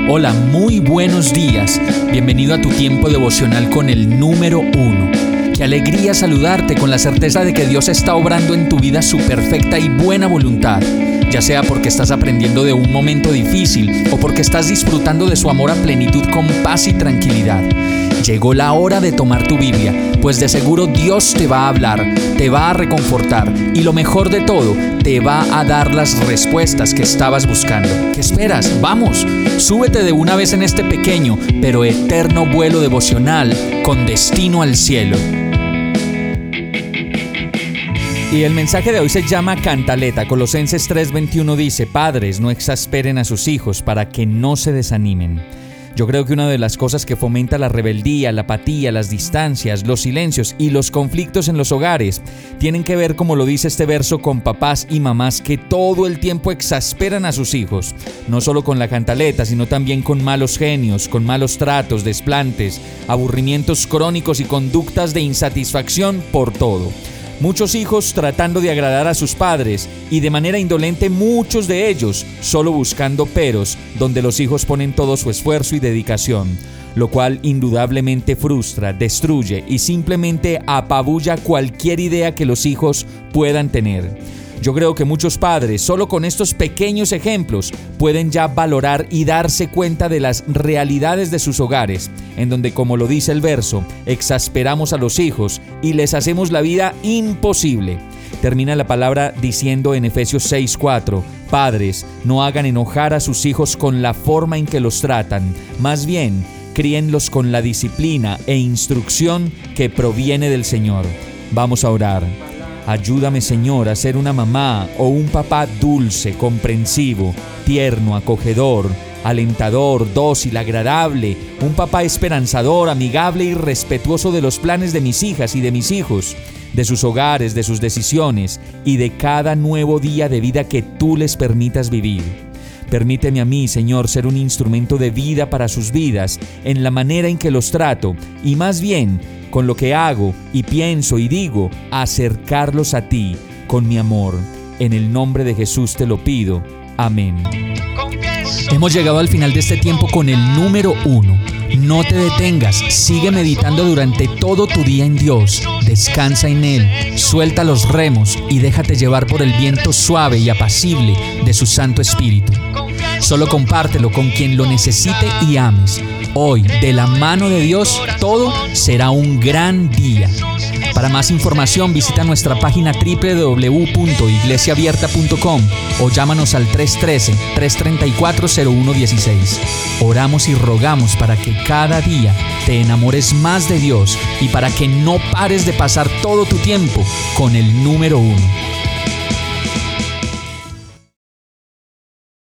Hola, muy buenos días. Bienvenido a tu tiempo devocional con el número 1. Qué alegría saludarte con la certeza de que Dios está obrando en tu vida su perfecta y buena voluntad, ya sea porque estás aprendiendo de un momento difícil o porque estás disfrutando de su amor a plenitud con paz y tranquilidad. Llegó la hora de tomar tu Biblia, pues de seguro Dios te va a hablar, te va a reconfortar y lo mejor de todo, te va a dar las respuestas que estabas buscando. ¿Qué esperas? ¡Vamos! Súbete de una vez en este pequeño pero eterno vuelo devocional con destino al cielo. Y el mensaje de hoy se llama Cantaleta. Colosenses 3:21 dice: Padres, no exasperen a sus hijos para que no se desanimen. Yo creo que una de las cosas que fomenta la rebeldía, la apatía, las distancias, los silencios y los conflictos en los hogares tienen que ver, como lo dice este verso, con papás y mamás que todo el tiempo exasperan a sus hijos, no solo con la cantaleta, sino también con malos genios, con malos tratos, desplantes, aburrimientos crónicos y conductas de insatisfacción por todo. Muchos hijos tratando de agradar a sus padres y de manera indolente muchos de ellos solo buscando peros donde los hijos ponen todo su esfuerzo y dedicación, lo cual indudablemente frustra, destruye y simplemente apabulla cualquier idea que los hijos puedan tener. Yo creo que muchos padres, solo con estos pequeños ejemplos, pueden ya valorar y darse cuenta de las realidades de sus hogares, en donde, como lo dice el verso, exasperamos a los hijos y les hacemos la vida imposible. Termina la palabra diciendo en Efesios 6:4, Padres, no hagan enojar a sus hijos con la forma en que los tratan, más bien, críenlos con la disciplina e instrucción que proviene del Señor. Vamos a orar. Ayúdame, Señor, a ser una mamá o un papá dulce, comprensivo, tierno, acogedor, alentador, dócil, agradable, un papá esperanzador, amigable y respetuoso de los planes de mis hijas y de mis hijos, de sus hogares, de sus decisiones y de cada nuevo día de vida que tú les permitas vivir. Permíteme a mí, Señor, ser un instrumento de vida para sus vidas en la manera en que los trato y más bien, con lo que hago y pienso y digo, acercarlos a ti con mi amor. En el nombre de Jesús te lo pido. Amén. Hemos llegado al final de este tiempo con el número 1. No te detengas, sigue meditando durante todo tu día en Dios. Descansa en Él, suelta los remos y déjate llevar por el viento suave y apacible de su Santo Espíritu. Solo compártelo con quien lo necesite y ames. Hoy, de la mano de Dios, todo será un gran día. Para más información, visita nuestra página www.iglesiaabierta.com o llámanos al 313-334-0116. Oramos y rogamos para que cada día te enamores más de Dios y para que no pares de pasar todo tu tiempo con el número 1.